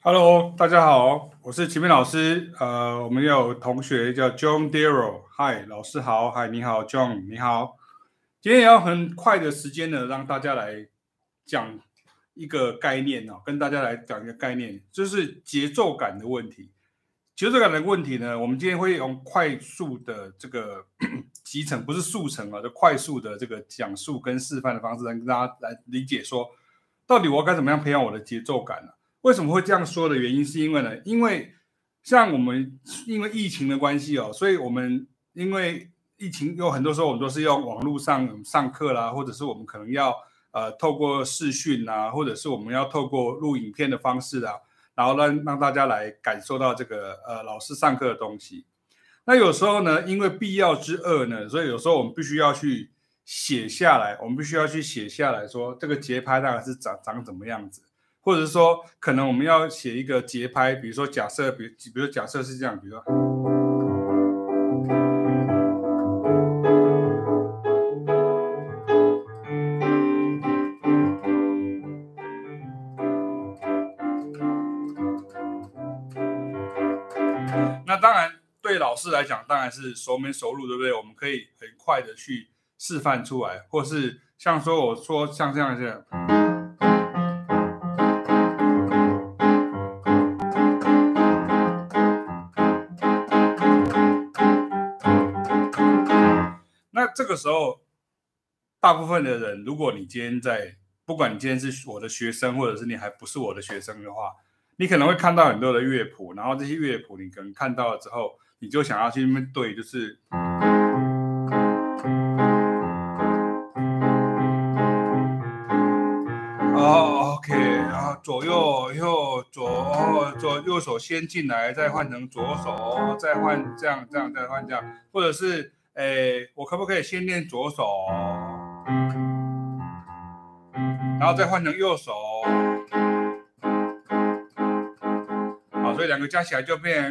Hello，大家好，我是齐明老师。我们有同学叫 John Darrow， 嗨，老师好，嗨，你好 ，John， 你好。今天也要很快的时间呢，让大家来讲一个概念哦，跟大家来讲一个概念，就是节奏感的问题。节奏感的问题呢，我们今天会用快速的这个集成，不是速成啊，就快速的这个讲述跟示范的方式，来跟大家来理解说，到底我该怎么样培养我的节奏感呢？为什么会这样说的原因，是因为呢，因为像我们因为疫情的关系哦，所以我们因为疫情有很多时候我们都是用网络上课啦，或者是我们可能要透过视讯啊，或者是我们要透过录影片的方式啊，然后让大家来感受到这个老师上课的东西。那有时候呢，因为必要之恶呢，所以有时候我们必须要去写下来，我们必须要去写下来说这个节拍大概是长怎么样子。或者是说，可能我们要写一个节拍，比如说假设，比如说假设是这样，比如说，那当然对老师来讲，当然是熟门熟路，对不对？我们可以很快的去示范出来，或是像说我说像这样子。那这个时候，大部分的人，如果你今天不管你今天是我的学生，或者是你还不是我的学生的话，你可能会看到很多的乐谱，然后这些乐谱你可能看到了之后，你就想要去那边对，就是OK 啊，左右右手先进来，再换成左手，再换这样，再换这样，或者是我可不可以先练左手，然后再换成右手？好，所以两个加起来就变。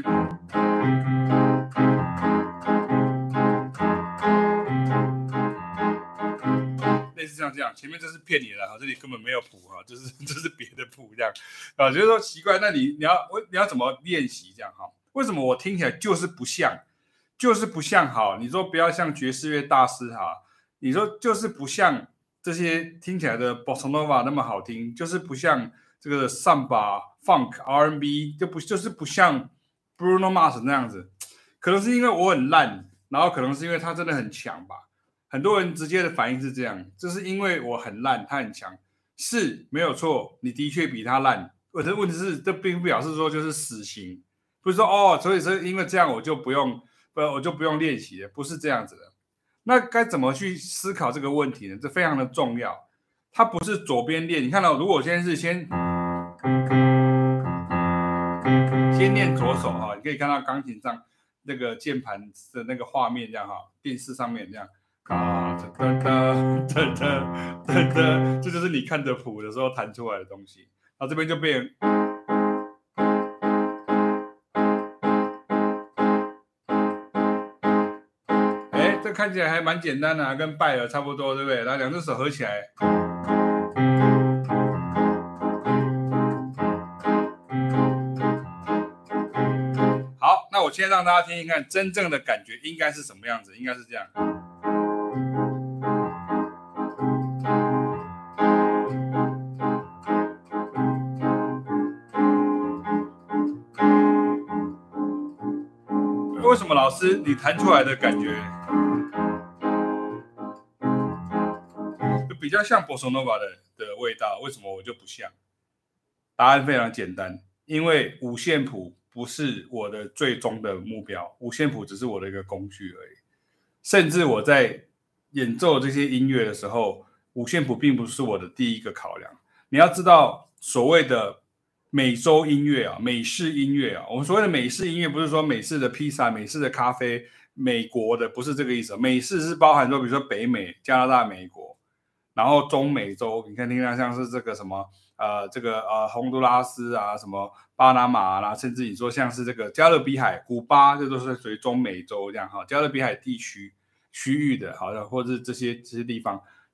类似像这样，前面这是骗你的哈，这里根本没有谱哈，这是别的谱这样啊，就是说奇怪，那你要怎么练习这样哈？为什么我听起来就是不像，好？你说不要像爵士乐大师哈，你说就是不像这些听起来的 Bossa Nova 那么好听，就是不像这个 Samba、Funk、R&B，就是不像 Bruno Mars 那样子，可能是因为我很烂，然后可能是因为他真的很强吧。很多人直接的反应是这样，就是因为我很烂，他很强，是没有错，你的确比他烂。我的问题是，这并不表示说就是死刑，不是说哦，所以说因为这样我就不用练习了，不是这样子的。那该怎么去思考这个问题呢？这非常的重要。它不是左边练，你看到，如果我现在是先练左手哈，你可以看到钢琴上那个键盘的那个画面这样哈，电视上面这样。这就是你看着谱的时候弹出来的东西。然后这边就变，这看起来还蛮简单的，跟拜耳差不多，对不对？然后两只手合起来。好，那我先让大家听听看，真正的感觉应该是什么样子？应该是这样。为什么老师你弹出来的感觉就比较像 Bossa Nova 的味道？为什么我就不像？答案非常简单，因为五线谱不是我的最终的目标，五线谱只是我的一个工具而已。甚至我在演奏这些音乐的时候，五线谱并不是我的第一个考量。你要知道，所谓的美洲音乐啊，美式音乐啊，我们所谓的美式音乐不是说美式的披萨、美式的咖啡、美国的，不是这个意思。美式是包含说，比如说北美、加拿大、美国，然后中美洲，你看听到像是这个什么洪都拉斯啊，什么巴拿马啦，甚至你说像是这个加勒比海、古巴，这都是属于中美洲这样哈，加勒比海地区域的，好像或者这些地方，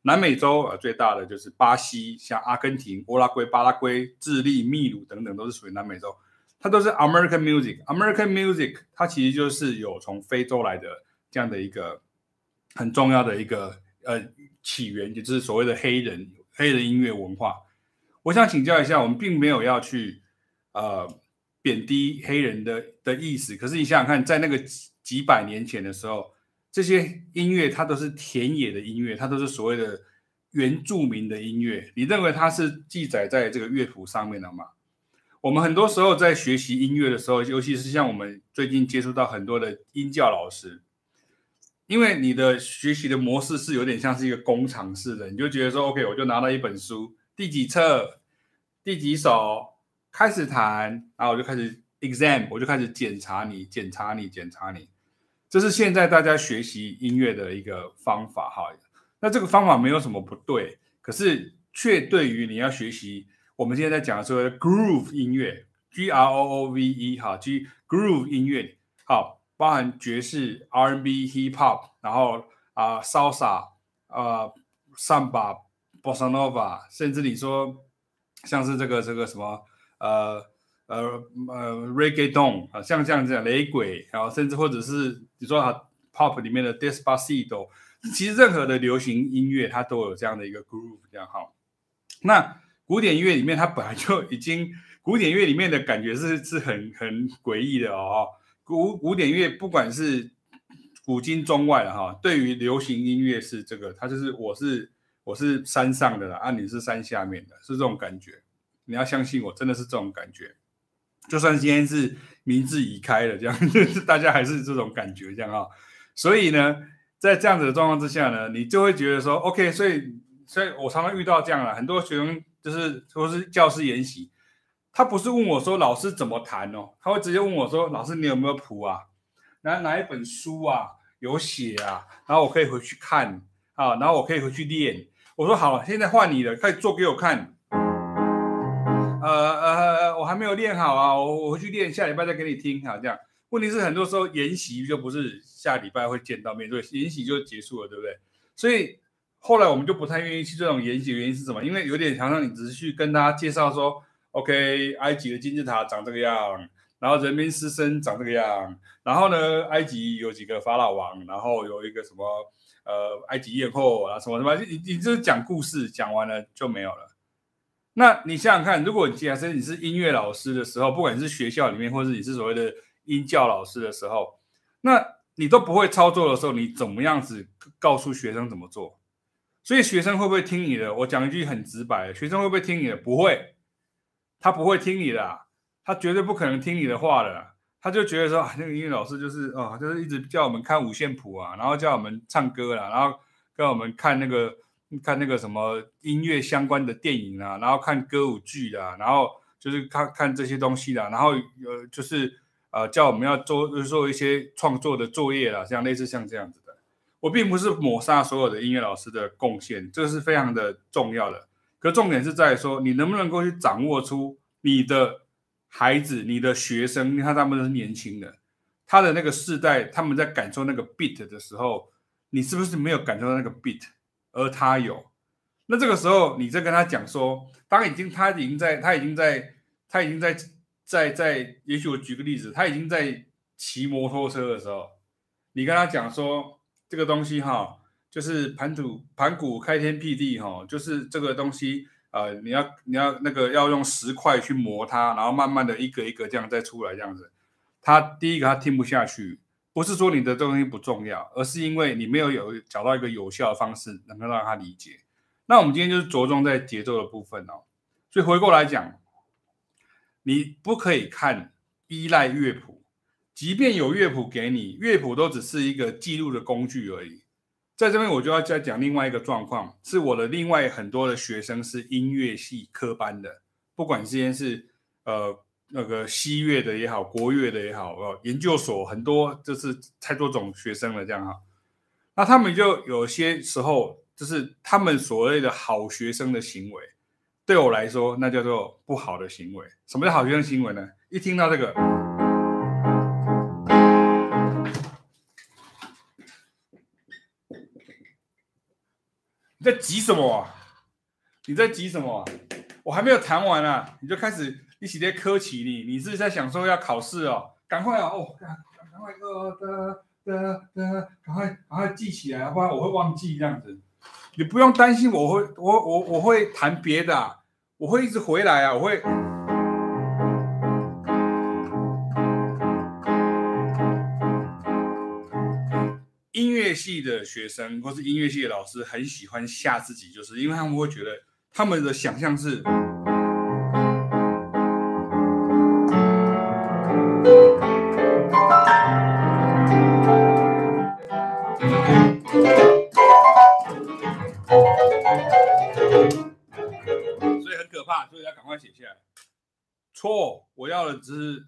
南美洲最大的就是巴西，像阿根廷、乌拉圭、巴拉圭、智利、秘鲁等等，都是属于南美洲。它都是 American Music。American Music 它其实就是有从非洲来的这样的一个很重要的一个起源，也就是所谓的黑人音乐文化。我想请教一下，我们并没有要去贬低黑人的意思，可是你想想看，在那个几百年前的时候，这些音乐它都是田野的音乐，它都是所谓的原住民的音乐。你认为它是记载在这个乐谱上面的吗？我们很多时候在学习音乐的时候，尤其是像我们最近接触到很多的音教老师，因为你的学习的模式是有点像是一个工厂式的，你就觉得说 OK， 我就拿到一本书，第几册第几首开始弹，然后我就开始 exam， 我就开始检查你。这是现在大家学习音乐的一个方法哈。那这个方法没有什么不对，可是却对于你要学习我们现在在讲的所谓的 groove 音乐 ，Groove 哈 ，groove 音乐好，包含爵士、R&B、Hip Hop， 然后salsa、samba、bossa nova， 甚至你说像是这个什么reggaeton 啊，像这样雷鬼，然后甚至或者是你说pop 里面的 Despacito， 其实任何的流行音乐它都有这样的一个 groove 这样哈。那古典音乐里面它本来就已经，古典乐里面的感觉是很诡异的哦。古典乐不管是古今中外的哈，对于流行音乐是这个，它就是我是山上的啦，你是山下面的，是这种感觉。你要相信我，真的是这种感觉。就算今天是民智已开了，这样大家还是这种感觉，这样啊。所以呢，在这样子的状况之下呢，你就会觉得说 ，OK， 所以我常常遇到这样了，很多学生就是说是教师研习，他不是问我说老师怎么弹哦，他会直接问我说老师你有没有谱啊？哪一本书啊有写啊？然后我可以回去看啊，然后我可以回去练。我说好了，现在换你了，开始做给我看。我还没有练好啊，我回去练，下礼拜再给你听啊。这样，问题是很多时候研习就不是下礼拜会见到面对，研习就结束了，对不对？所以后来我们就不太愿意去这种研习，原因是什么？因为有点好像你只是去跟大家介绍说 ，OK， 埃及的金字塔长这个样，然后人民狮身长这个样，然后呢，埃及有几个法老王，然后有一个什么埃及艳后啊，什么什么，你就是讲故事，讲完了就没有了。那你想想看，如果假设你是音乐老师的时候，不管是学校里面，或者你是所谓的音教老师的时候，那你都不会操作的时候，你怎么样子告诉学生怎么做？所以学生会不会听你的？我讲一句很直白的，学生会不会听你的？不会，他不会听你的啊，他绝对不可能听你的话的啊。他就觉得说，那个音乐老师就是就是一直叫我们看五线谱啊，然后叫我们唱歌啦，然后跟我们看那个什么音乐相关的电影啊，然后看歌舞剧啊，然后就是看这些东西啦，然后就是叫我们要做一些创作的作业啦，像类似像这样子的。我并不是抹杀所有的音乐老师的贡献，这是非常的重要的。可重点是在说，你能不能够去掌握出你的孩子、你的学生，因为他们都是年轻的，他的那个世代，他们在感受那个 beat 的时候，你是不是没有感受到那个 beat？而他有，那这个时候你再跟他讲说，他已经在，也许我举个例子，他已经在骑摩托车的时候，你跟他讲说这个东西哈，就是盘古开天辟地哈，就是这个东西你要那个要用石块去磨它，然后慢慢的一个一个这样再出来这样子，他第一个他听不下去。不是说你的东西不重要，而是因为你没有找到一个有效的方式能够让他理解。那我们今天就是着重在节奏的部分哦。所以回过来讲，你不可以依赖乐谱，即便有乐谱给你，乐谱都只是一个记录的工具而已。在这边我就要再讲另外一个状况，是我的另外很多的学生是音乐系科班的，不管今天是那个西乐的也好，国乐的也好，研究所很多，就是太多种学生了，这样哈。那他们就有些时候，就是他们所谓的好学生的行为，对我来说，那叫做不好的行为。什么叫好学生行为呢？一听到这个， 你在急什么啊？你在急什么啊？我还没有谈完啊，你就开始一起在科起你是在想说要考试哦？赶快哦，赶快赶快记起来，不然我会忘记这样子。你不用担心，我会谈别的、啊，我会一直回来啊，我会。音乐系的学生或是音乐系的老师很喜欢吓自己，就是因为他们会觉得他们的想象是。所以很可怕，所以要赶快写下来。错，我要的只是。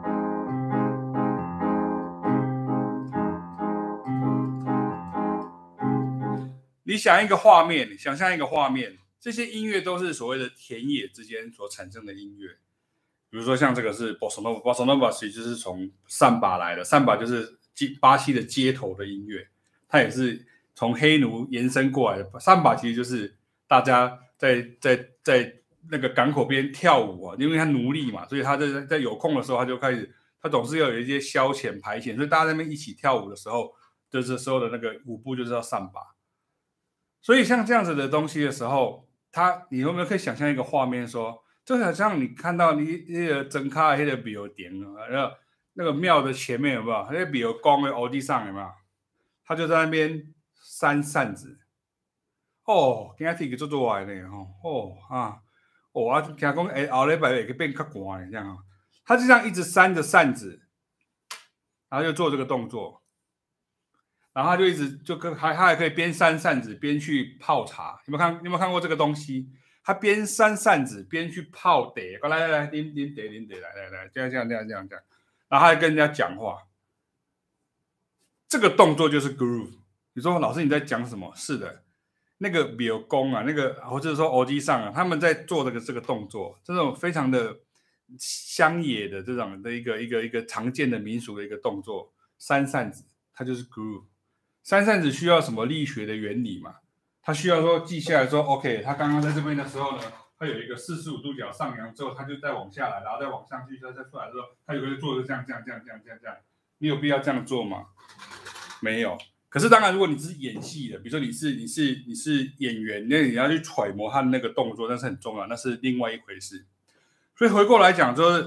你想一个画面，想象一个画面，这些音乐都是所谓的田野之间所产生的音乐。比如说像这个是 Bossa Nova，Bossa Nova 其实就是从桑巴来的，桑巴就是巴西的街头的音乐，它也是从黑奴延伸过来的。桑巴其实就是大家在那个港口边跳舞啊，因为他奴隶嘛，所以他在有空的时候他就开始，他总是要有一些消遣排遣，所以大家在那边一起跳舞的时候，就是时候的那个舞步就是要桑巴。所以像这样子的东西的时候，你有没有可以想象一个画面说？就好像你看到你那个真卡那个庙殿啊，那个庙的前面有没有？那个庙公的屋顶上有没有？他就在那边扇扇子。哦，今天天气做做坏呢，我听讲后礼拜会变较寒的这样。他就这样一直扇着扇子，然后就做这个动作，然后他就一直他还可以边扇扇子边去泡茶。有没有看过这个东西？他边扇扇子边去泡茶，来，拎茶，来，这样，然后他还跟人家讲话。这个动作就是 groove。你说老师你在讲什么？是的，那个庙公啊，那个或者说欧基上啊，他们在做这个动作，这种非常的乡野的这种的一个常见的民俗的一个动作，扇扇子，它就是 groove。扇扇子需要什么力学的原理嘛？他需要说记下来说 ，OK， 他刚刚在这边的时候呢，他有一个45度角上扬之后，他就再往下来，然后再往上去，再出来之后，他有个做的这样。你有必要这样做吗？没有。可是当然，如果你只是演戏的，比如说你是演员，那你要去揣摩他的那个动作，那是很重要，那是另外一回事。所以回过来讲，就是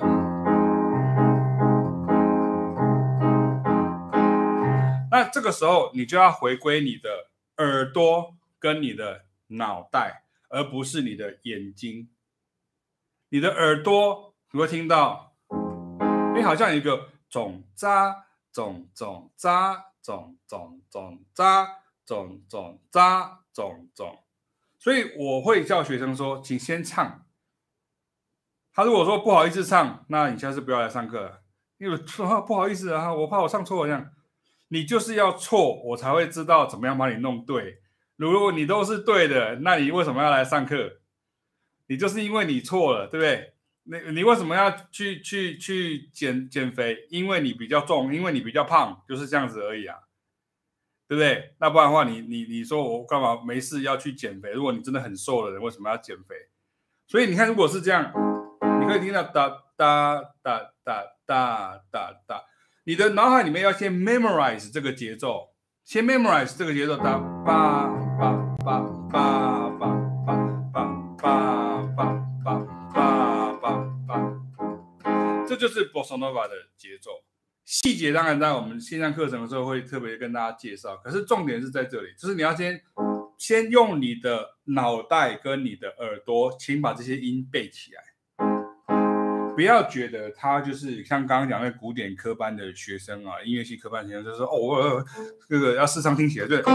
那这个时候你就要回归你的耳朵跟你的脑袋，而不是你的眼睛。你的耳朵你会听到，好像有一个总扎总扎总扎总扎总，所以我会叫学生说，请先唱。他如果说不好意思唱，那你下次不要来上课了，因为不好意思啊，我怕我唱错了这样。你就是要错，我才会知道怎么样把你弄对。如果你都是对的，那你为什么要来上课？你就是因为你错了，对不对？你为什么要去减肥？因为你比较重，因为你比较胖，就是这样子而已啊，对不对？那不然的话，你说我干嘛没事要去减肥？如果你真的很瘦的人，为什么要减肥？所以你看，如果是这样，你可以听到哒哒哒哒哒哒哒，你的脑海里面要先 memorize 这个节奏，先 memorize 这个节奏，哒吧吧吧吧吧吧吧吧吧吧吧，这就是 Bossa Nova 的节奏。细节当然在我们线上课程的时候会特别跟大家介绍，可是重点是在这里，就是你要先用你的脑袋跟你的耳朵，请把这些音背起来。不要觉得他就是像刚刚讲的古典科班的学生啊，音乐系科班的学生就说哦，这个要时常听起来。对，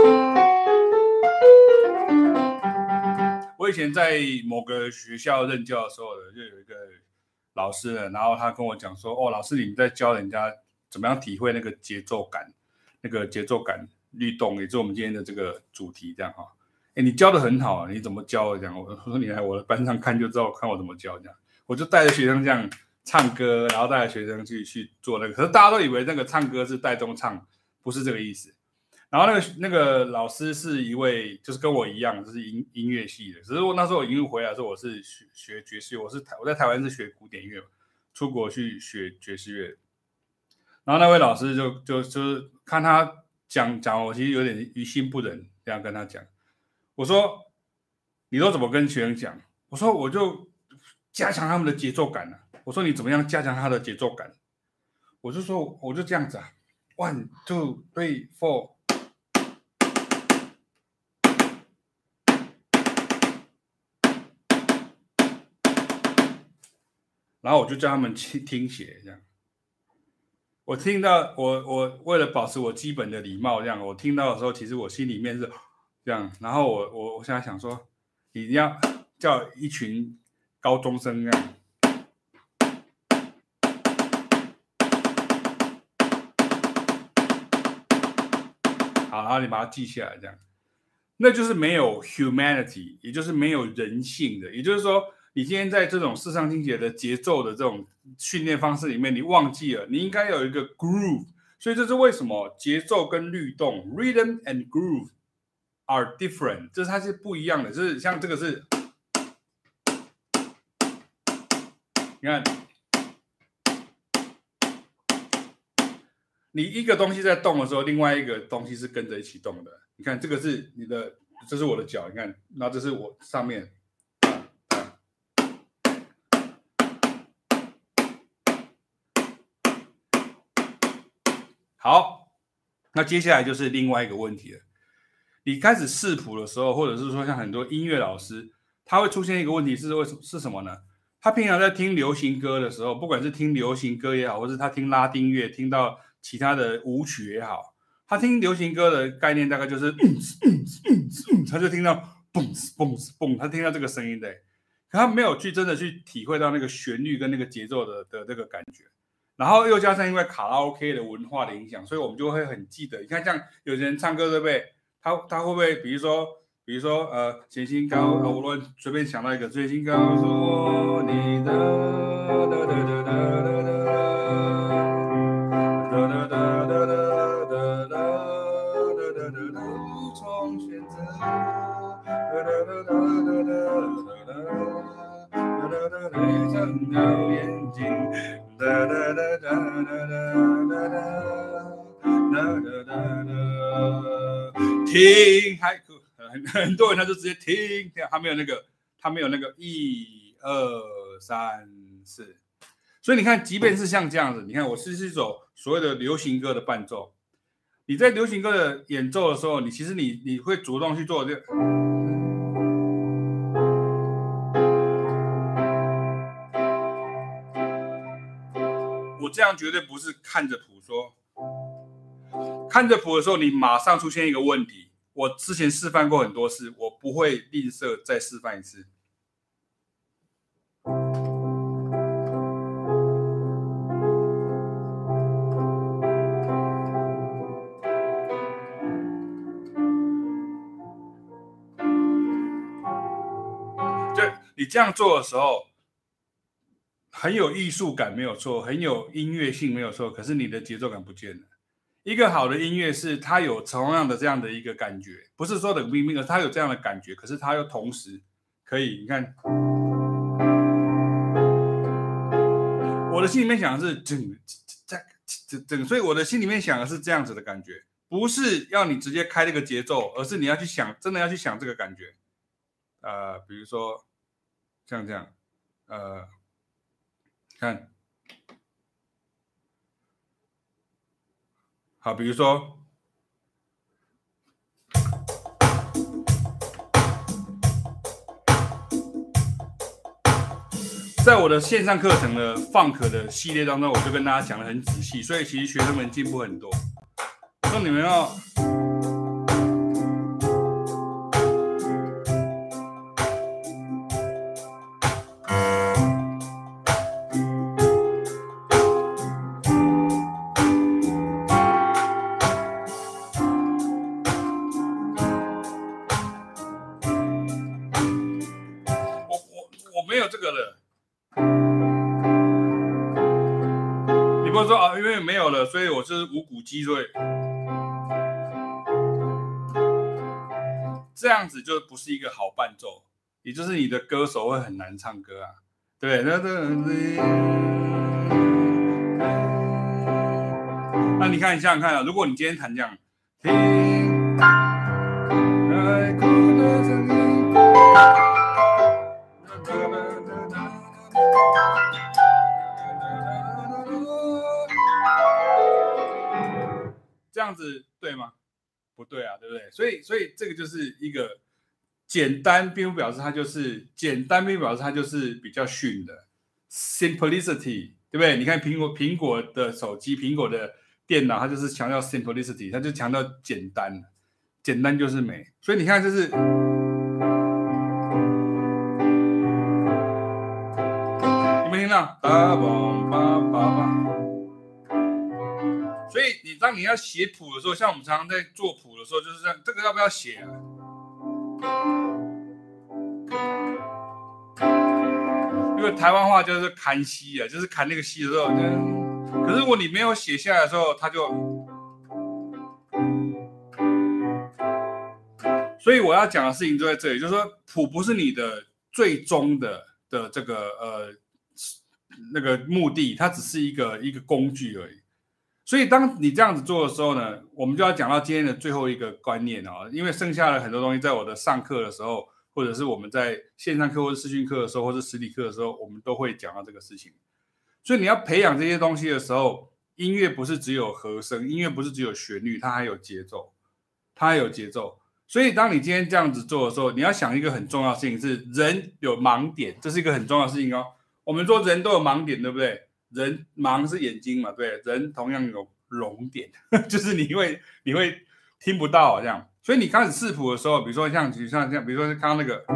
我以前在某个学校任教的时候就有一个老师，然后他跟我讲说，哦，老师你们在教人家怎么样体会那个节奏感，律动，也是我们今天的这个主题，这样哈。你教的很好啊，你怎么教的这样？我说你来我的班上看就知道，看我怎么教这样。我就带着学生这样唱歌，然后带着学生去做那个。可是大家都以为那个唱歌是带动唱，不是这个意思。 然后那个老师是一位，就是跟我一样，就是音乐系的。只是我那时候音乐回来的时候，我是学爵士乐，我在台湾是学古典乐，出国去学爵士乐。然后那位老师就是看他讲，我其实有点于心不忍，这样跟他讲。我说你都怎么跟学生讲？我说我就加强他们的节奏感啊。我说你怎么样加强他的节奏感？我就说我就这样子啊 ，1 2 3 4。然后我就叫他们听写，这样。我听到我为了保持我基本的礼貌，这样我听到的时候，其实我心里面是这样。然后我现在想说，你要叫一群高中生这样，好，然后你把它记下来，这样，那就是没有 humanity， 也就是没有人性的。也就是说，你今天在这种视唱听写的节奏的这种训练方式里面，你忘记了，你应该有一个 groove。所以这是为什么节奏跟律动 rhythm and groove are different， 这是它是不一样的。就是像这个是，你看，你一个东西在动的时候，另外一个东西是跟着一起动的。你看这个是你的，这是我的脚，你看，然后这是我上面。好，那接下来就是另外一个问题了。你开始视谱的时候，或者是说像很多音乐老师，他会出现一个问题是什么呢？他平常在听流行歌的时候，不管是听流行歌也好，或是他听拉丁乐，听到其他的舞曲也好，他听流行歌的概念大概就是他就听到嘣嘣嘣，他听到这个声音的，可他没有真的去体会到那个旋律跟那个节奏的这个感觉。然后又加上因为卡拉 OK 的文化的影响，所以我们就会很记得。你看，像有些人唱歌，对不对？他会不会，比如说，写信告我乱随便想到一个，写信告诉我你的，从选择，睁开眼睛。听，还很多人他就直接听，他没有那个1、2、3、4。所以你看，即便是像这样子，你看我是一首所谓的流行歌的伴奏，你在流行歌的演奏的时候，其实你会主动去做这个。我这样绝对不是看着谱说，看着谱的时候，你马上出现一个问题。我之前示范过很多次，我不会吝啬再示范一次。就你这样做的时候，很有艺术感没有错，很有音乐性没有错，可是你的节奏感不见了。一个好的音乐是它有同样的这样的一个感觉，不是说冷冰冰的，它有这样的感觉，可是它又同时可以，你看，我的心里面想的是整，所以我的心里面想的是这样子的感觉，不是要你直接开这个节奏，而是你要去想，真的要去想这个感觉。比如说像这样，看。好，比如说，在我的线上课程的 Funk 的系列当中，我就跟大家讲得很仔细，所以其实学生们进步很多。说你们要。我没有这个了，你不是说啊，因为没有了，所以我是无骨鸡，所以这样子就不是一个好伴奏，也就是你的歌手会很难唱歌啊，对不对？那你看，你想想看啊，如果你今天弹这样，听爱哭的声音，这样子对吗？不对啊，对不对？所以这个就是一个简单，并不表示它就是简单，并不表示它就是比较逊的 simplicity， 对不对？你看苹果的手机、苹果的电脑，它就是强调 simplicity， 它就强调简单，简单就是美。所以你看，就是你们听到？所以当你要写谱的时候，像我们常常在做谱的时候，就是这样，这个要不要写啊？因为台湾话就是砍西啊，就是砍那个西的时候，可是如果你没有写下来的时候，它就……所以我要讲的事情就在这里，就是说谱不是你的最终的这个那个目的，它只是一个工具而已。所以当你这样子做的时候呢，我们就要讲到今天的最后一个观念啊，因为剩下的很多东西，在我的上课的时候，或者是我们在线上课或者视讯课的时候，或者实体课的时候，我们都会讲到这个事情。所以你要培养这些东西的时候，音乐不是只有和声，音乐不是只有旋律，它还有节奏，它还有节奏。所以当你今天这样子做的时候，你要想一个很重要的事情是，人有盲点，这是一个很重要的事情哦。我们说人都有盲点，对不对？人盲是眼睛嘛，对，人同样有聋点，就是你会听不到这样。所以你开始视谱的时候，比如说像比如说刚刚那个，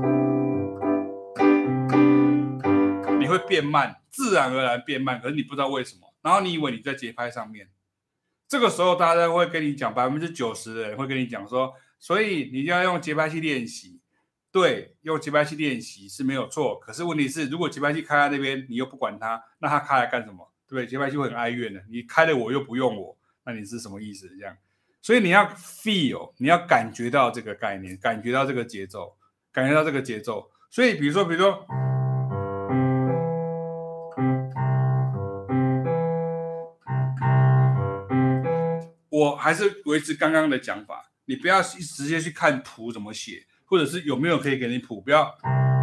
你会变慢，自然而然变慢，可是你不知道为什么，然后你以为你在节拍上面。这个时候大家会跟你讲，90%的人会跟你讲说，所以你要用节拍器练习。对，用节拍器练习是没有错，可是问题是，如果节拍器开在那边，你又不管它，那它开来干什么？对不对？节拍器会很哀怨的，你开了我又不用我，那你是什么意思？这样，所以你要 feel， 你要感觉到这个概念，感觉到这个节奏，感觉到这个节奏。所以比如说，我还是维持刚刚的讲法，你不要直接去看谱怎么写。或者是有没有可以给你谱？不要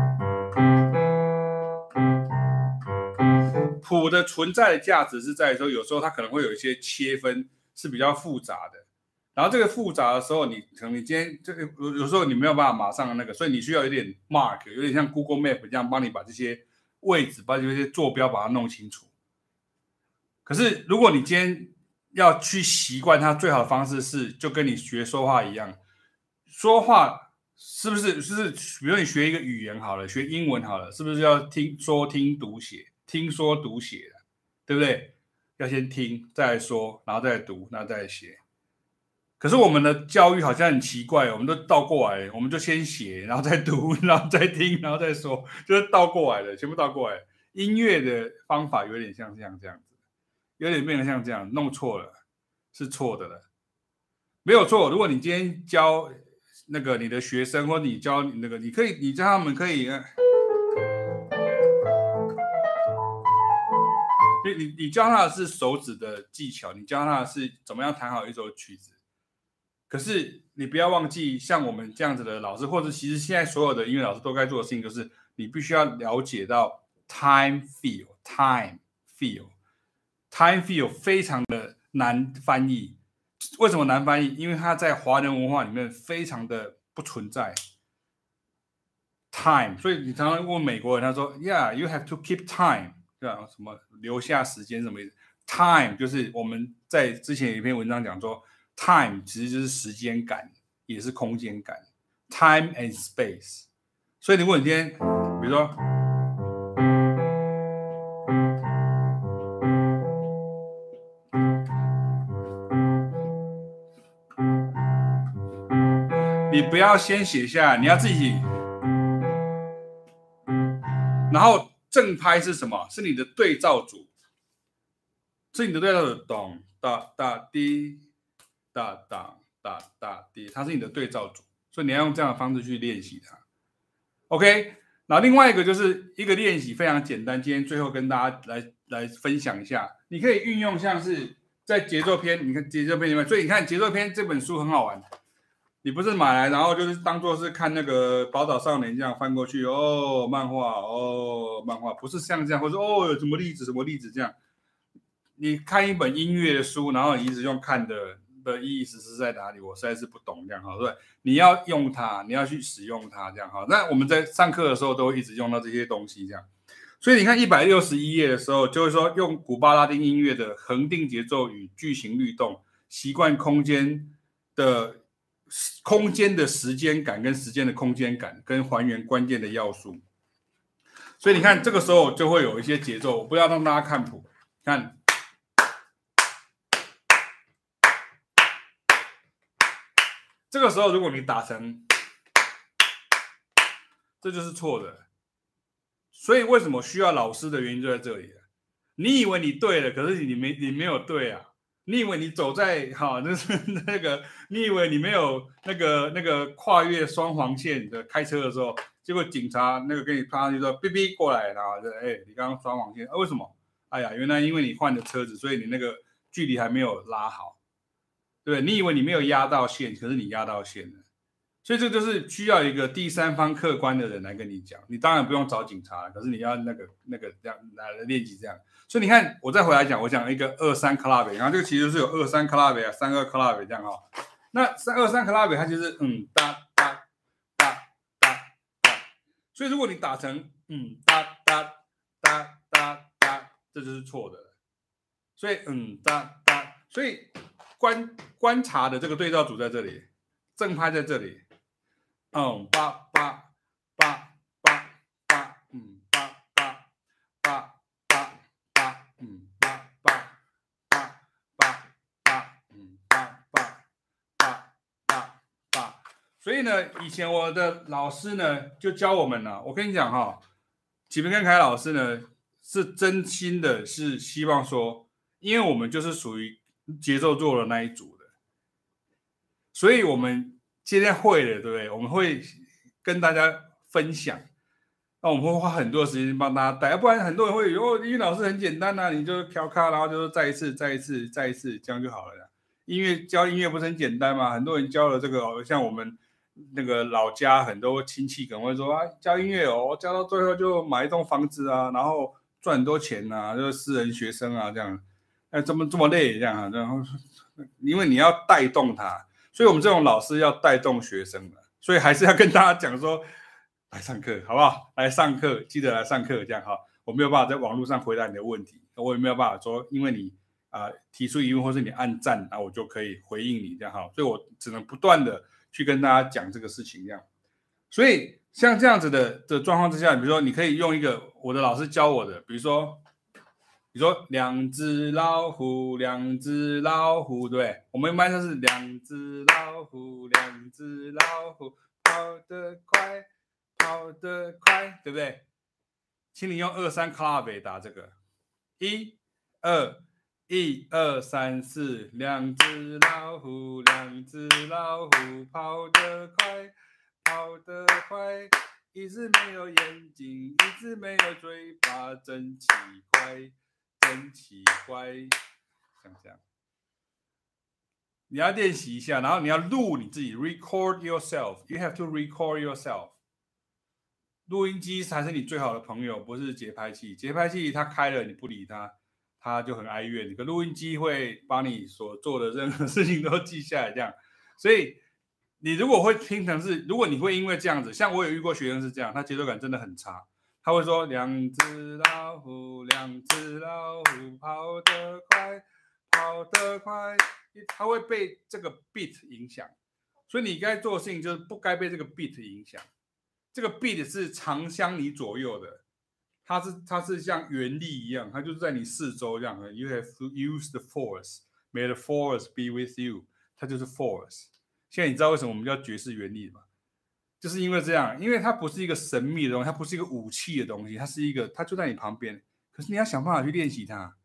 谱的存在的价值是在于说，有时候它可能会有一些切分是比较复杂的，然后这个复杂的时候，你可能你今天这个有时候你没有办法马上那个，所以你需要有点 mark， 有点像 Google Map 这样帮你把这些位置、把这些坐标把它弄清楚。可是如果你今天要去习惯它，最好的方式是就跟你学说话一样，说话。是不是？比如你学一个语言好了，学英文好了，是不是要听说听读写，听说读写的，对不对？要先听，再来说，然后再来读，然后再来写。可是我们的教育好像很奇怪，我们都倒过来，我们就先写，然后再读，然后再听，然后再说，就是倒过来的，全部倒过来。音乐的方法有点像这样子，有点变得像这样，弄错了，是错的了，没有错。如果你今天教那个你的学生，或你教那个，你教他们可以，你教他的是手指的技巧，你教他的是怎么样弹好一首曲子。可是你不要忘记，像我们这样子的老师，或者其实现在所有的音乐老师都该做的事情，就是你必须要了解到 time feel 非常的难翻译。为什么难翻译？因为它在华人文化里面非常的不存在 time， 所以你常常问美国人，他说 Yeah, you have to keep time， 对吧？什么留下时间什么意思 ？Time 就是我们在之前有一篇文章讲说 ，time 其实就是时间感，也是空间感 ，time and space。所以如果你今天，比如说。你不要先写下来，你要自己。然后正拍是什么？是你的对照组，是你的对照组，咚哒哒滴，哒哒哒哒滴，它是你的对照组。 所以你要用这样的方式去练习它。OK， 然后另外一个就是一个练习非常简单，今天最后跟大家来分享一下，你可以运用像是在节奏篇，你看节奏篇里面，所以你看节奏篇这本书很好玩。你不是买来，然后就是当做是看那个《宝岛少年》这样翻过去哦，漫画，不是像这样，或者哦什么例子这样。你看一本音乐的书，然后你一直用看的意思是在哪里？我实在是不懂这样哈，对，你要用它，你要去使用它这样哈。那我们在上课的时候都会一直用到这些东西这样。所以你看161页的时候，就是说用古巴拉丁音乐的恒定节奏与句型律动，习惯空间的时间感跟时间的空间感，跟还原关键的要素。所以你看这个时候就会有一些节奏，我不要让大家看谱，看。这个时候如果你打成，这就是错的。所以为什么需要老师的原因就在这里了。你以为你对了，可是你没有对啊。你以为你走在就是那个，你以为你没有那个跨越双黄线的开车的时候，结果警察那个给你趴上去说，哔哔过来，然后就你刚刚双黄线，为什么？哎呀，原来因为你换的车子，所以你那个距离还没有拉好，对不对？你以为你没有压到线，可是你压到线了。所以这就是需要一个第三方客观的人来跟你讲，你当然不用找警察，可是你要那个这样来练习这样。所以你看，我再回来讲，我讲一个2-3 clave， 然后这个其实是有2-3 clave 啊，3-2 clave 这样哈。那2-3 clave 它就是哒哒哒哒哒，所以如果你打成哒哒哒哒哒，这就是错的。所以哒哒，所以观察的这个对照组在这里，正拍在这里。八八八八八八八八八八八八八八八八。所以呢，以前我的老师呢就教我们了。我跟你讲哈，启明跟凯老师呢是真心的，是希望说，因为我们就是属于节奏做的那一组的，所以我们现在会了，对不对？我们会跟大家分享，那我们会花很多时间帮大家带，要不然很多人会音乐老师很简单啊，你就调卡，然后就再一次这样就好了。教音乐不是很简单吗？很多人教了这个，像我们那个老家很多亲戚可能会说啊，教音乐教到最后就买一栋房子啊，然后赚很多钱啊，就是私人学生啊这样，怎么这么累这样啊？然后因为你要带动他，所以我们这种老师要带动学生的。所以还是要跟大家讲说，来上课好不好？来上课，记得来上课，这样哈。我没有办法在网络上回答你的问题，我也没有办法说，因为你提出疑问或是你按赞，我就可以回应你这样哈。所以我只能不断的去跟大家讲这个事情这样。所以像这样子的状况之下，比如说你可以用一个我的老师教我的，比如说两只老虎，对不对？我们一般就是两只老虎，跑得快，对不对？请你用2-3 clave 打这个，1、2、1、2、3、4，两只老虎，跑得快，一只没有眼睛，一只没有嘴巴，真奇怪。像这样，你要练习一下，然后你要录你自己 ，record yourself. You have to record yourself. 录音机才是你最好的朋友，不是节拍器。节拍器它开了你不理它，它就很哀怨。可录音机会把你所做的任何事情都记下来，这样。所以你如果会听成是，如果你会因为这样子，像我有遇过学生是这样，他节奏感真的很差。他会说两只老虎，跑得快，他会被这个 beat 影响。所以你该做的事情就是不该被这个 beat 影响。这个 beat 是长相你左右的，它是像原力一样，它就是在你四周这样。You have to use the force, may the force be with you。它就是 force。现在你知道为什么我们叫爵士原力吗？就是因为这样，因为它不是一个神秘的东西，它不是一个武器的东西，它就在你旁边，可是你要想办法去练习它。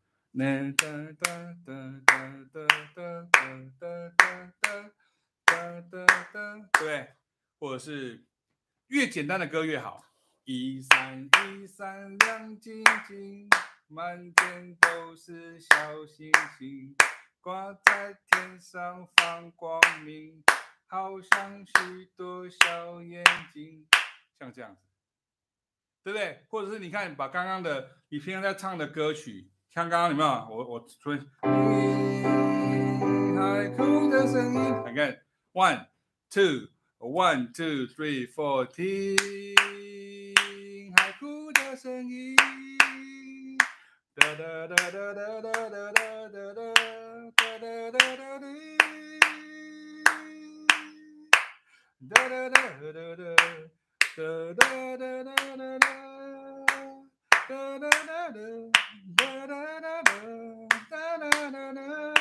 对， 是越简单的歌越好。一闪一闪亮晶晶，满天都是小星星，挂在天上放光明，好像许多小眼睛，像这样子，对不对？或者是你看，把刚刚的你平常在唱的歌曲，像刚刚有没有？我说海哭的声音，你看 ，1 2 1 2 3 4， 听海哭的声音，哒哒哒哒哒哒哒哒哒哒哒哒哒哒哒。哒哒哒哒哒哒哒哒哒哒哒哒哒哒哒哒。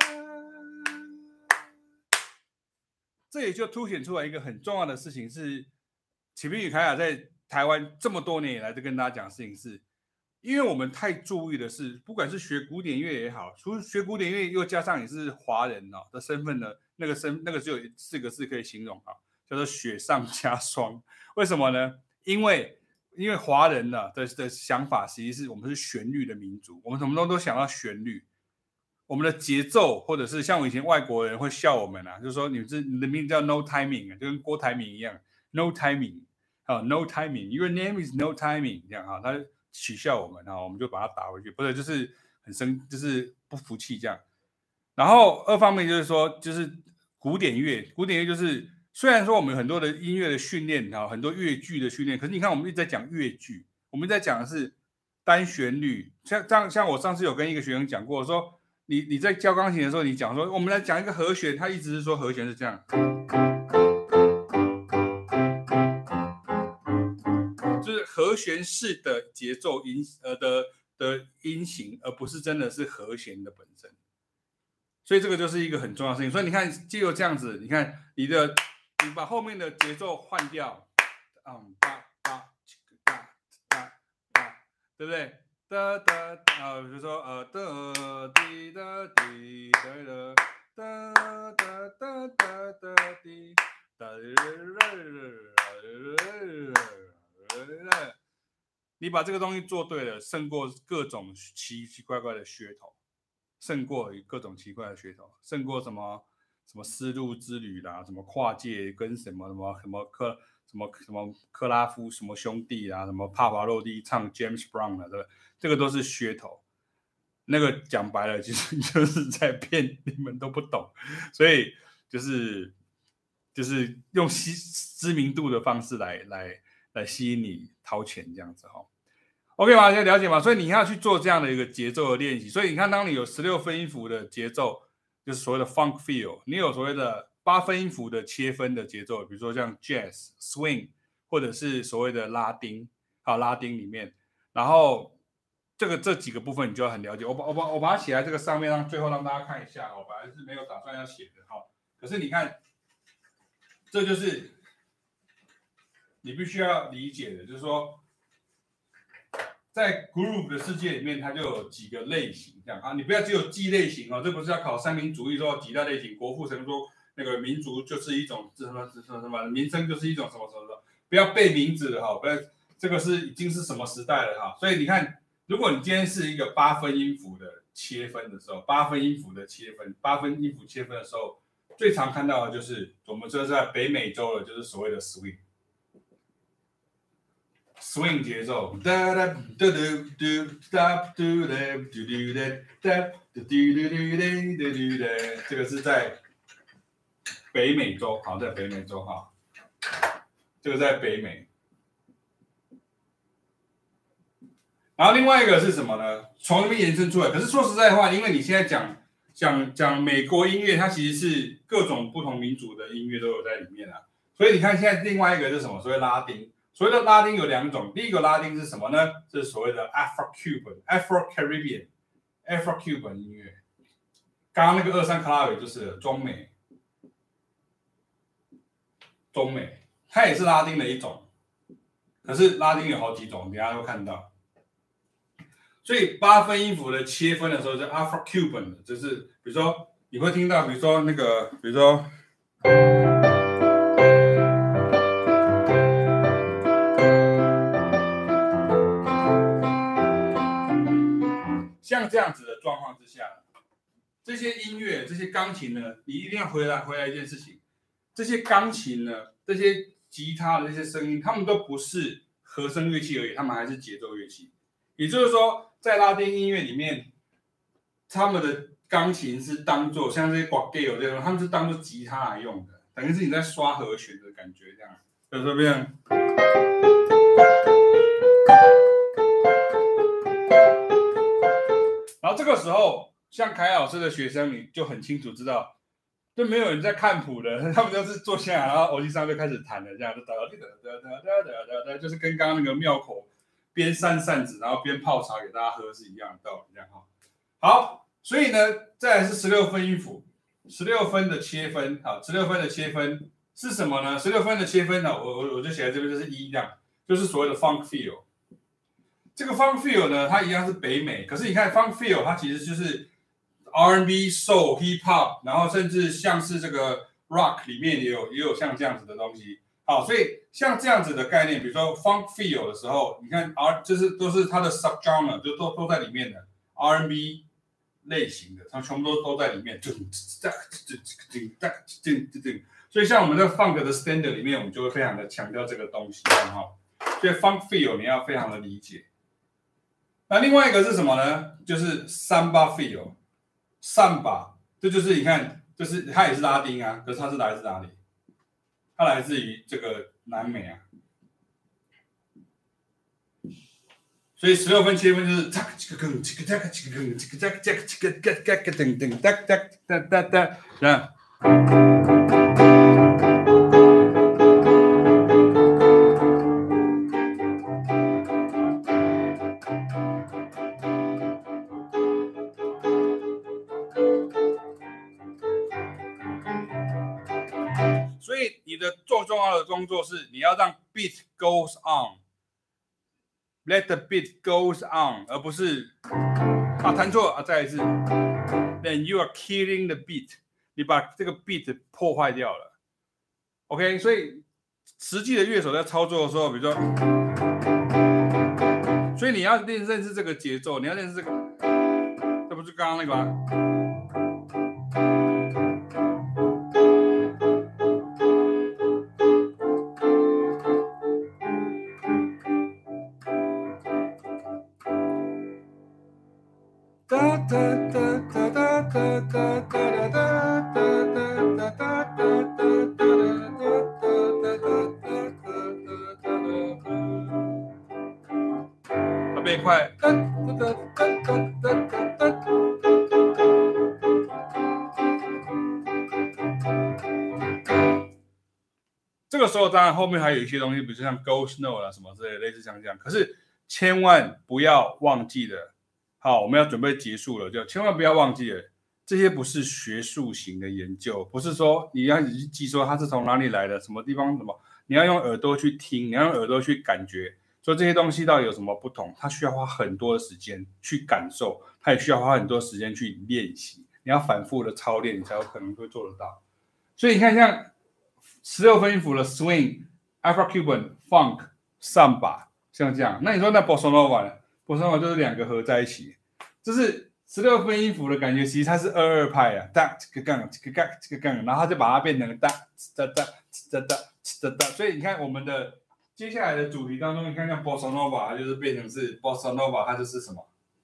这也就凸显出来一个很重要的事情是，启明与凯雅在台湾这么多年以来就跟大家讲的事情是，因为我们太注意的是，不管是学古典乐也好，学古典乐又加上你是华人的身份呢，那个只有4个字可以形容啊。叫做雪上加霜，为什么呢？因为华人的想法，其实是我们是旋律的民族，我们什么都想要旋律，我们的节奏，或者是像我以前外国人会笑我们就是说你的名字叫 No Timing， 就跟郭台铭一样 ，No Timing， No Timing，Your name is No Timing， 这样他取笑我们我们就把他打回去，不是就是就是不服气这样。然后二方面就是说，就是古典乐就是。虽然说我们有很多的音乐的训练很多乐句的训练，可是你看我们一直在讲乐句，我们在讲的是单旋律。像我上次有跟一个学生讲过，说你在教钢琴的时候，你讲说我们来讲一个和弦，他一直是说和弦是这样，就是和弦式的节奏的音型，而不是真的是和弦的本身。所以这个就是一个很重要的事情。所以你看，藉由这样子，你看你把后面的节奏换掉，对不对？哒哒比如说哒滴哒滴哒哒哒哒哒哒滴哒，你把这个东西做对了，胜过各种奇奇怪怪的噱头，胜过各种奇怪的噱头，胜过什么丝路之旅啦，什么跨界跟什么克拉夫什么兄弟啦，什么帕瓦罗蒂唱 James Brown 的，对，这个都是噱头。那个讲白了，其实就是在骗你们都不懂，所以就是用知名度的方式来吸引你掏钱这样子OK 吗？了解吗？所以你要去做这样的一个节奏的练习。所以你看，当你有16分音符的节奏，就是所谓的 funk feel， 你有所谓的8分音符的切分的节奏，比如说像 jazz、swing， 或者是所谓的拉丁，拉丁里面，然后这几个部分你就要很了解。我把它写在这个上面，最后让大家看一下。我本来是没有打算要写的可是你看，这就是你必须要理解的，就是说。在 groove 的世界里面，它就有几个类型，这样你不要只有记类型这不是要考三民主义说几大类型。国父曾说那个民族就是一种什么，民生就是一种什么，不要背名字的不要这个已经是什么时代了所以你看，如果你今天是一个8分音符的切分的时候，8分音符切分的时候，最常看到的就是我们这是在北美洲的，就是所谓的 swing。swing 节奏，这个是在北美洲，在北美洲这个在北美。然后另外一个是什么呢？从那边延伸出来。可是说实在话，因为你现在讲美国音乐，它其实是各种不同民族的音乐都有在里面所以你看现在另外一个是什么？所谓拉丁。所谓的拉丁有2种，第一个拉丁是什么呢？是所谓的 Afro-Caribbean、Afro-Caribbean 音乐。刚刚那个23克拉维就是中美，它也是拉丁的一种。可是拉丁有好几种，等一下会看到。所以8分音符的切分的时候是 Afro-Cuban 的，就是比如说你会听到，比如说这样子的状况之下，这些音乐、这些钢琴呢，你一定要回来一件事情，这些钢琴呢，这些吉他的这些声音，它们都不是和声乐器而已，它们还是节奏乐器。也就是说，在拉丁音乐里面，他们的钢琴是当做像这些挂 gay 这种，他们是当做吉他来用的，等于是你在刷和弦的感觉这样。就这边。然后这个时候，像凯老师的学生，你就很清楚知道，就没有人在看谱的，他们就是坐下来，然后耳机上就开始弹了，这样就哒，就是跟刚刚那个庙口边扇扇子，然后边泡茶给大家喝是一样的道理，这样哈。好，所以呢，再来是16分音符，16分的切分，好，16分的切分是什么呢？16分的切分呢，我就写在这边，就是1这样，就是所谓的 funk feel。这个 funk feel 呢，它一样是北美，可是你看 funk feel 它其实就是 R&B、Soul、Hip-Hop， 然后甚至像是这个 Rock 里面也有像这样子的东西。好，所以像这样子的概念，比如说 funk feel 的时候，你看 就是都是它的 subgenre 就都在里面的 R&B 类型的，它全部都在里面。所以像我们在 funk 的 standard 里面，我们就会非常的强调这个东西，哈。所以 funk feel 你要非常的理解。那另外一个是什么呢？就是 samba feel，samba， 这就是你看，就是它也是拉丁啊，可是它是来自哪里？它来自于这个南美啊。所以16分切分就是这样。所以你的最重要的工作是你要让 beat goes on，let the beat goes on， 而不是弹错啊，再一次 ，then you are killing the beat， 你把这个 beat 破坏掉了。OK， 所以实际的乐手在操作的时候，比如说，所以你要认识这个节奏，你要认识这个，这不是刚刚那个吗？变快，这个时候当然后面还有一些东西，比如说像 Ghost Note 啊什么之类的，类似像这样。可是千万不要忘记了，好，我们要准备结束了，就千万不要忘记了，这些不是学术型的研究，不是说你要记说它是从哪里来的，什么地方什么，你要用耳朵去听，你要用耳朵去感觉。说这些东西到底有什么不同？它需要花很多的时间去感受，它也需要花很多时间去练习。你要反复的操练，你才有可能会做得到。所以你看，像16分音符的 swing、Afro-Cuban、Funk、Samba， 像这样。那你说那 Bossa Nova 呢 ？Bossa Nova 就是两个合在一起，就是16分音符的感觉，其实它是2/2拍啊，哒这个杠，这个杠，这个杠，然后它就把它变成哒哒哒哒哒哒哒。所以你看我们的。接下来的主题当中，你看看 Bossa Nova， 它就是变成是 Bossa Nova， 它就是什么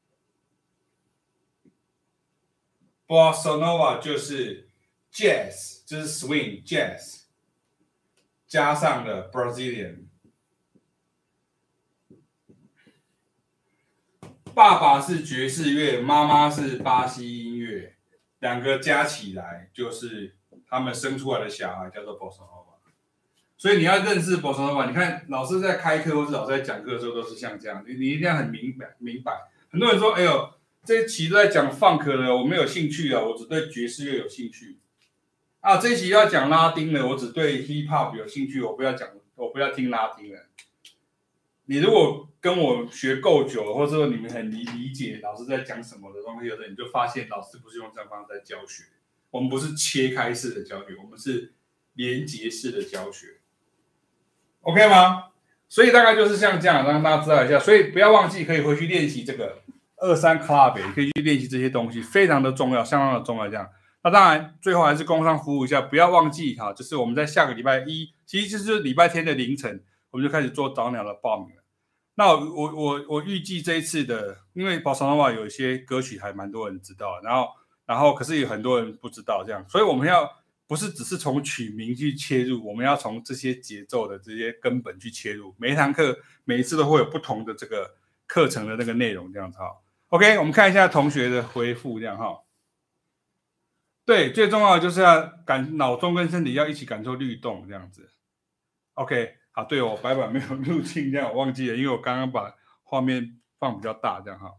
？Bossa Nova 就是 Jazz， 就是 Swing Jazz， 加上了 Brazilian。爸爸是爵士乐，妈妈是巴西音乐，两个加起来就是他们生出来的小孩叫做 Bossa Nova。所以你要认识 Bossa Nova， 你看老师在开课或是老师在讲课的时候都是像这样，你一定要很明白。很多人说，哎呦，这一期都在讲 funk 了，我没有兴趣啊，我只对爵士乐有兴趣。啊，这一期要讲拉丁了，我只对 hip hop 有兴趣，我不要听拉丁了。你如果跟我学够久，或者说你们很理解老师在讲什么的东西的时候，你就发现老师不是用这样方式在教学，我们不是切开式的教学，我们是连结式的教学。OK 吗？所以大概就是像这样，让大家知道一下。所以不要忘记，可以回去练习这个 23 Club 也可以去练习这些东西，非常的重要，相当的重要。这样，那当然最后还是工商服务一下，不要忘记哈，就是我们在下个礼拜一，其实就是礼拜天的凌晨，我们就开始做早鸟的报名了。那我预计这一次的，因为保桑诺瓦有一些歌曲还蛮多人知道，然后可是有很多人不知道这样，所以我们要不是只是从曲名去切入，我们要从这些节奏的这些根本去切入。每一堂课每一次都会有不同的这个课程的那个内容这样子哈。OK， 我们看一下同学的回复这样哈。对，最重要的就是要脑中跟身体要一起感受律动这样子。OK。啊，对哦，白板没有录进，这样我忘记了，因为我刚刚把画面放比较大，这样哈。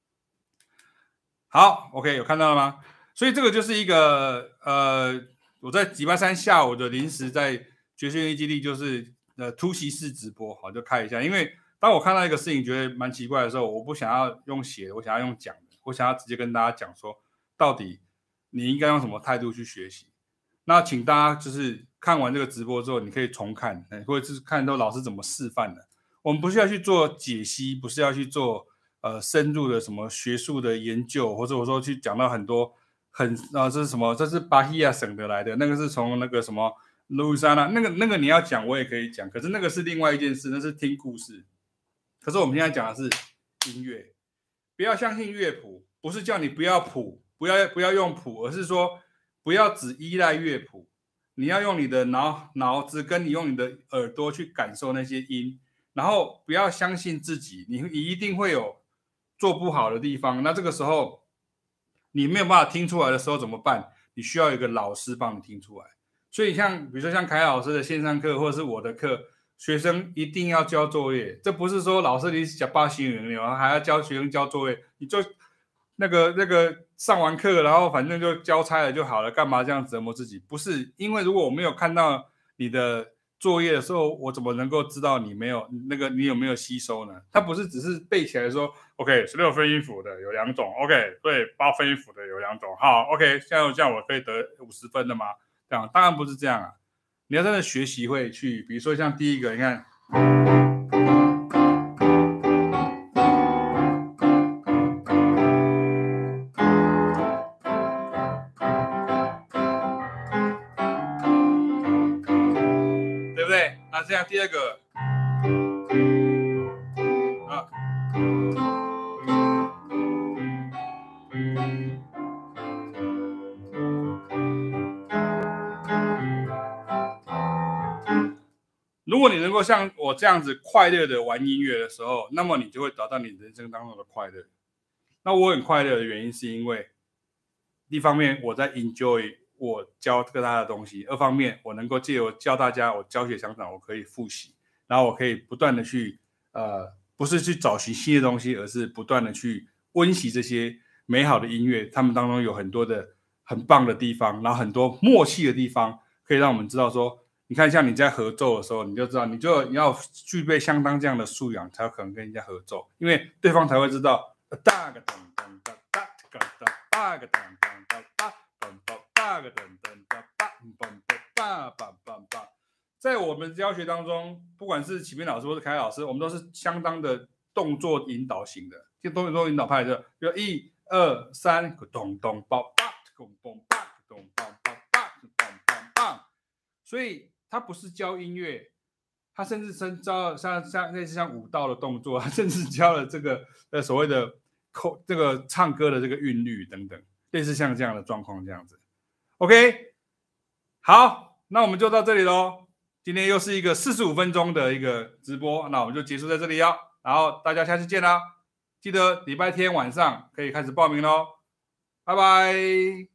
好 ，OK， 有看到了吗？所以这个就是一个我在礼拜三下午的临时在爵士乐基地就是突袭式直播，好就开一下。因为当我看到一个事情觉得蛮奇怪的时候，我不想要用写的，我想要用讲的，我想要直接跟大家讲说，到底你应该用什么态度去学习。那请大家就是看完这个直播之后，你可以重看，或者是看到老师怎么示范的。我们不是要去做解析，不是要去做深入的什么学术的研究，或者我说去讲到很多这是什么？这是巴希亚省的来的，那个是从那个什么路易斯安那，那个你要讲我也可以讲，可是那个是另外一件事，那是听故事。可是我们现在讲的是音乐，不要相信乐谱，不是叫你不要谱，不要用谱，而是说不要只依赖乐谱，你要用你的脑子跟你用你的耳朵去感受那些音，然后不要相信自己，你一定会有做不好的地方。那这个时候你没有办法听出来的时候怎么办？你需要一个老师帮你听出来。所以比如说像凯老师的线上课或者是我的课，学生一定要交作业，这不是说老师你假扮新人了还要教学生交作业，你就那个上完课，然后反正就交差了就好了，干嘛这样折磨自己？不是，因为如果我没有看到你的作业的时候，我怎么能够知道你没有你有没有吸收呢？它不是只是背起来说 ，OK， 16分音符的有2种 ，OK， 对，8分音符的有2种，好 ，OK， 这样我可以得50分的吗？这样当然不是这样啊！你要真的学习会去，比如说像第一个，你看。这样第二个啊，如果你能够像我这样子快乐的玩音乐的时候，那么你就会找到你人生当中的快乐。那我很快乐的原因是因为，一方面我在 enjoy 我教大家的东西，二方面我能够借由教大家，我教学相长，我可以复习，然后我可以不断的去不是去找寻新的东西，而是不断的去温习这些美好的音乐，他们当中有很多的很棒的地方，然后很多默契的地方，可以让我们知道说，你看像你在合奏的时候，你就知道你要具备相当这样的素养，才有可能跟人家合奏，因为对方才会知道大个噔噔噔哒个噔大个噔噔噔哒噔噔大个噔噔噔哒噔噔哒叭叭叭。在我们教学当中，不管是启明老师或是凯老师，我们都是相当的动作引导型的，就动作引导派的，比如1、2、3，咚咚梆梆，咚咚梆，咚梆梆梆，咚梆梆。所以它不是教音乐，它甚至教了像类似像舞蹈的动作，它甚至教了这个所谓的这个唱歌的这个韵律等等，类似像这样的状况这样子。OK， 好，那我们就到这里咯。今天又是一个45分钟的一个直播，那我们就结束在这里哦。然后大家下次见啦，记得礼拜天晚上可以开始报名咯，拜拜。